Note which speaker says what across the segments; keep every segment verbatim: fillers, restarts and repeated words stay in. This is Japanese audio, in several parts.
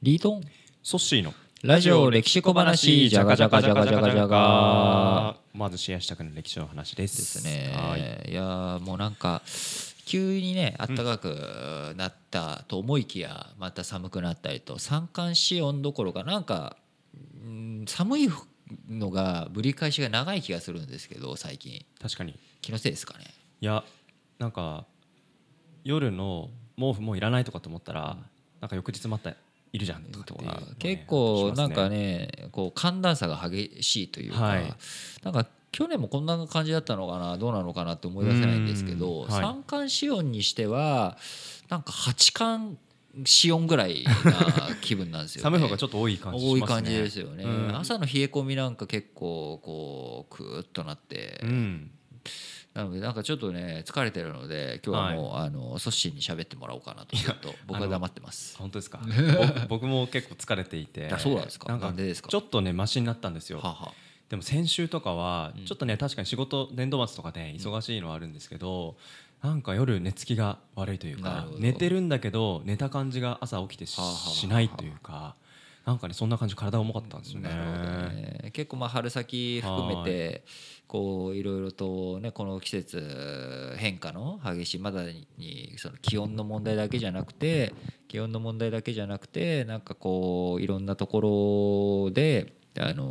Speaker 1: リートン
Speaker 2: ソッシーの
Speaker 1: ラジオ歴史小話じゃがじゃがじゃがじゃがじゃが
Speaker 2: まずシェアしたくなる歴史の話です
Speaker 1: ですね。
Speaker 2: はい、
Speaker 1: いやもうなんか急にね暖かくなったと思いきやまた寒くなったりと三寒四温どころかなんかん寒いのがぶり返しが長い気がするんですけど最近。
Speaker 2: 確かに。
Speaker 1: 気のせいですかね。
Speaker 2: いやなんか夜の毛布もういらないとかと思ったらなんか翌日またいるじゃんとかっていう、ね、
Speaker 1: 結構なんかねこう寒暖差が激しいというか、はい、なんか去年もこんな感じだったのかなどうなのかなって思い出せないんですけど、はい、三寒四温にしてはなんか八寒四温ぐらいな気分なんですよね。
Speaker 2: 寒い方がちょっと多い感じしますね。
Speaker 1: 多い感じですよね、うん、朝の冷え込みなんか結構こうクーッとなって、うん、なのでなんかちょっとね疲れてるので今日はもう、はい、あのソッシーに喋ってもらおうかなとちょっと僕は黙ってます。
Speaker 2: 本当ですか僕も結構疲れていて
Speaker 1: あそうなんですか。なんかなんでですか。
Speaker 2: ちょっとねマシになったんですよ。ははでも先週とかはちょっとね、うん、確かに仕事年度末とかで忙しいのはあるんですけど、うん、なんか夜寝つきが悪いというか寝てるんだけど寝た感じが朝起きて し, しないというかなんかねそんな感じ体重かったんですよ ね,
Speaker 1: なるほどね。結構まあ春先含めてこういろいろとねこの季節変化の激しいまだにその気温の問題だけじゃなくて気温の問題だけじゃなくてなんかこういろんなところであの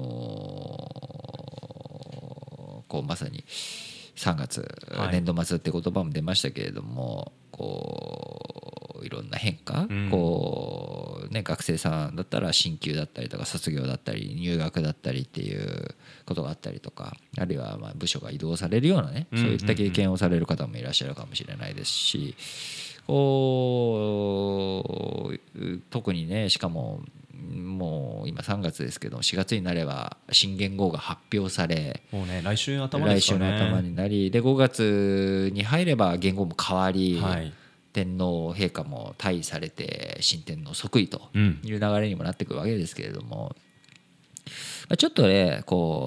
Speaker 1: こうまさにさんがつ年度末って言葉も出ましたけれどもこういろんな変化、うん、こうね学生さんだったら進級だったりとか卒業だったり入学だったりっていうことがあったりとかあるいはまあ部署が移動されるようなねそういった経験をされる方もいらっしゃるかもしれないですしこう特にねしかももう今さんがつですけどしがつになれば新元号が発表され
Speaker 2: もうね来週の頭ですかね。
Speaker 1: 来週の頭になりでごがつに入れば元号も変わり、はい、天皇陛下も退位されて新天皇即位という流れにもなってくるわけですけれども、うん、ちょっとね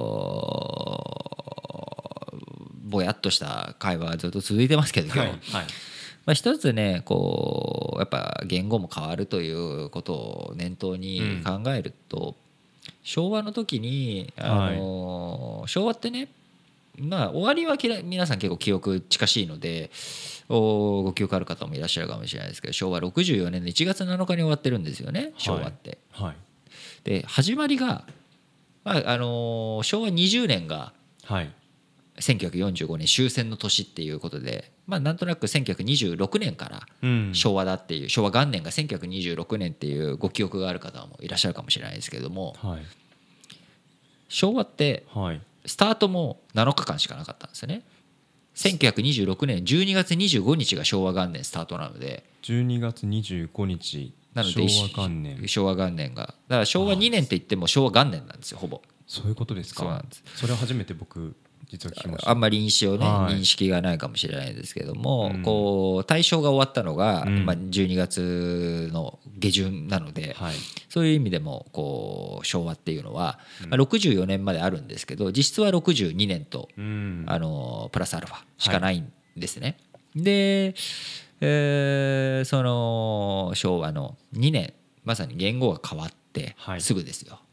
Speaker 1: こうぼやっとした会話がずっと続いてますけど、はいはいまあ、一つねこうやっぱ言語も変わるということを念頭に考えると、うん、昭和の時にあの、はい、昭和ってねまあ終わりは皆さん結構記憶近しいのでご記憶ある方もいらっしゃるかもしれないですけど昭和ろくじゅうよねんのいちがつなのかに終わってるんですよね昭和って、はいはい、で始まりが、まああの昭和にじゅうねんが、はいせんきゅうひゃくよんじゅうごねん終戦の年っていうことで、まあ、なんとなくせんきゅうひゃくにじゅうろくねんから昭和だっていう、うん、昭和元年がせんきゅうひゃくにじゅうろくねんっていうご記憶がある方もいらっしゃるかもしれないですけれども、はい、昭和ってスタートもなのかかんしかなかったんですよね。せんきゅうひゃくにじゅうろくねんじゅうにがつにじゅうごにちが昭和元年スタートなので
Speaker 2: じゅうにがつにじゅうごにちなので昭和元年
Speaker 1: 昭和元年がだから昭和にねんって言っても昭和元年なんですよほぼ。
Speaker 2: そういうことですか。そうなんです。それは初めて僕実は聞きました。
Speaker 1: あんまり印象ね、はい、認識がないかもしれないですけども、うん、こう大正が終わったのが、うんまあ、じゅうにがつの下旬なので、はい、そういう意味でもこう昭和っていうのは、うんまあ、ろくじゅうよねんまであるんですけど実質はろくじゅうにねんと、うん、あのプラスアルファしかないんですね、はい、で、えー、その昭和のにねんまさに元号が変わってすぐですよ、はい、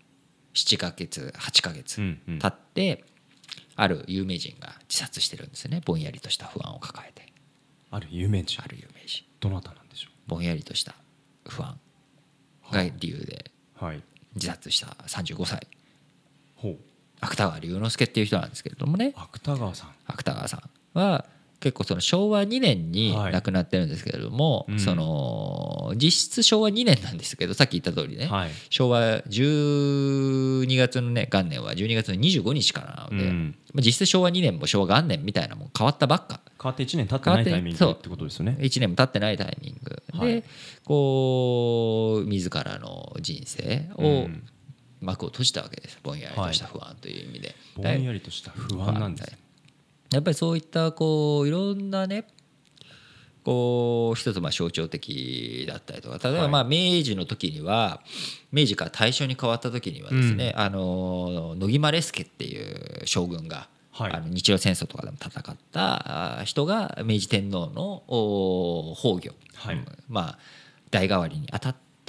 Speaker 1: ななかげつはちかげつ経って、うんうんある有名人が自殺してるんですよね。ぼんやりとした不安を抱えて。
Speaker 2: ある有名人。
Speaker 1: ある有名人。
Speaker 2: どなたなんでしょう。
Speaker 1: ぼんやりとした不安が理由で自殺したさんじゅうごさい、はい、芥川龍之介っていう人なんですけれどもね。
Speaker 2: 芥川さん。
Speaker 1: 芥川さんは結構その昭和にねんに亡くなってるんですけれども、はいうん、その実質昭和にねんなんですけどさっき言った通りね、はい、昭和じゅうにがつのね元年はじゅうにがつのにじゅうごにちからなので、うん、実質昭和にねんも昭和元年みたいなもん変わったばっか
Speaker 2: 変わっていちねん経ってないタイミングってことですよね。
Speaker 1: いちねんも経ってないタイミングで、はい、こう自らの人生を幕を閉じたわけです。ぼんやりとした不安という意味で、
Speaker 2: はい、ぼんやりとした不安なんですね。
Speaker 1: やっぱりそういったこういろんなねこう一つまあ象徴的だったりとか例えばまあ明治の時には明治から大正に変わった時にはですね、うん、あの野木丸助っていう将軍が、はい、あの日露戦争とかでも戦った人が明治天皇の崩御、はい、まあ代替わりにあたって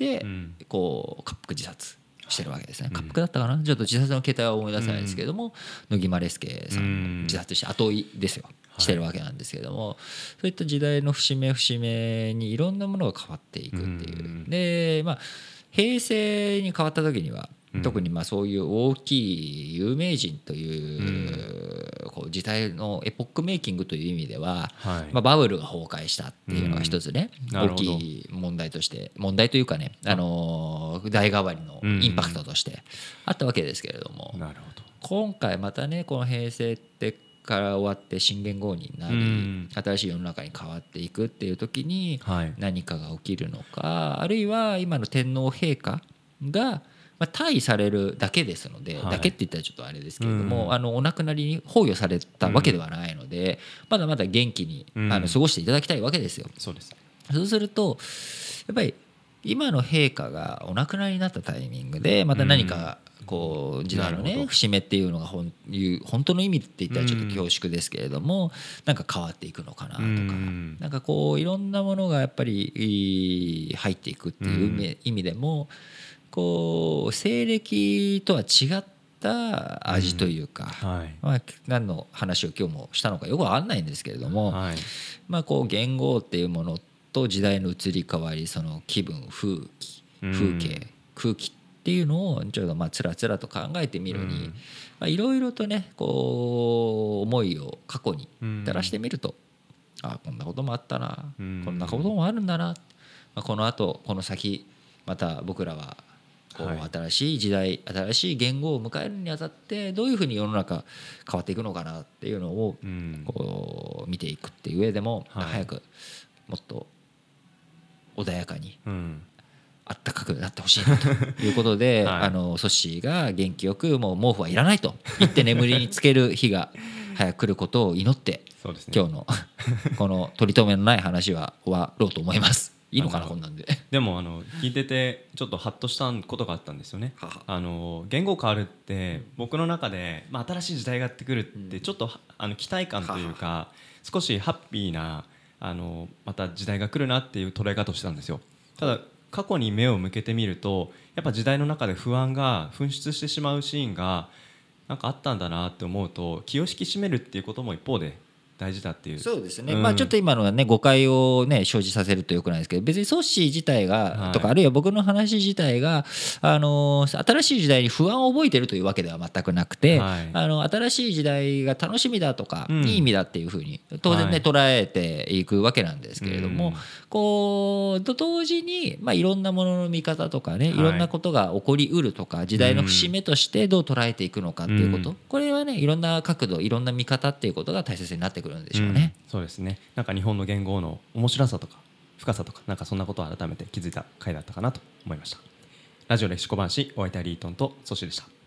Speaker 1: てこう滑腹自殺してるわけですね。滑腹だったかな、ちょっと自殺の形態は思い出せないですけども、乃木希典さん自殺して後追いですよしてるわけなんですけども、そういった時代の節目節目にいろんなものが変わっていくっていう。でまあ平成に変わった時には特にまあそういう大きい有名人というこう時代のエポックメイキングという意味では、まあバブルが崩壊したっていうのが一つね、大きい問題として問題というかね、あの代替わりのインパクトとしてあったわけですけれども、今回またねこの平成ってから終わって新元号になり新しい世の中に変わっていくっていう時に何かが起きるのか、あるいは今の天皇陛下がまあ、退位されるだけですので、はい、だけって言ったらちょっとあれですけれども、うん、あのお亡くなりに崩御されたわけではないので、うん、まだまだ元気に、うん、あの過ごしていただきたいわけですよ。
Speaker 2: そうです。
Speaker 1: そうするとやっぱり今の陛下がお亡くなりになったタイミングでまた何かこう時代のね節目っていうのが本当の意味って言ったらちょっと恐縮ですけれども、なんか変わっていくのかなとか、なんかこういろんなものがやっぱり入っていくっていう意味でも、こう西暦とは違った味というか、うんはいまあ、何の話を今日もしたのかよく分かんないんですけれども、はいまあ、こう元号っていうものと時代の移り変わり、その気分、風気、風景、うん、空気っていうのをちょっとまあつらつらと考えてみるにいろいろとねこう思いを過去に垂らしてみると、うん、あこんなこともあったな、うん、こんなこともあるんだな、まあ、このあとこの先また僕らはこう新しい時代、新しい元号を迎えるにあたってどういうふうに世の中変わっていくのかなっていうのをこう見ていくっていう上でも早くもっと穏やかにあったかくなってほしいなということで、あのソッシーが元気よくもう毛布はいらないと言って眠りにつける日が早く来ることを祈って今日のこの取り留めのない話は終わろうと思います。いいのかなこんなんで。
Speaker 2: でもあの聞いててちょっとハッとしたことがあったんですよね。あの言語変わるって僕の中で、まあ、新しい時代がやってくるってちょっとあの期待感というか少しハッピーなあのまた時代が来るなっていう捉え方をしてたんですよ。ただ過去に目を向けてみるとやっぱ時代の中で不安が噴出してしまうシーンがなんかあったんだなって思うと気を引き締めるっていうことも一方で大事だっていう。
Speaker 1: そうですね、うんまあ、ちょっと今のはね誤解をね生じさせるとよくないですけど、別にソッシー自体がとか、はい、あるいは僕の話自体があの新しい時代に不安を覚えてるというわけでは全くなくて、はい、あの新しい時代が楽しみだとか、うん、いい意味だっていうふうに当然ね、はい、捉えていくわけなんですけれども、うん、こうと同時に、まあ、いろんなものの見方とかね、いろんなことが起こりうるとか時代の節目としてどう捉えていくのかっていうこと、うん、これはねいろんな角度いろんな見方っていうことが大切になってくるんでしょうね。
Speaker 2: うん、そうですね。なんか日本の元号の面白さとか深さとかなんかそんなことを改めて気づいた回だったかなと思いました。ラジオ歴史小話お相手はリートンとソシでした。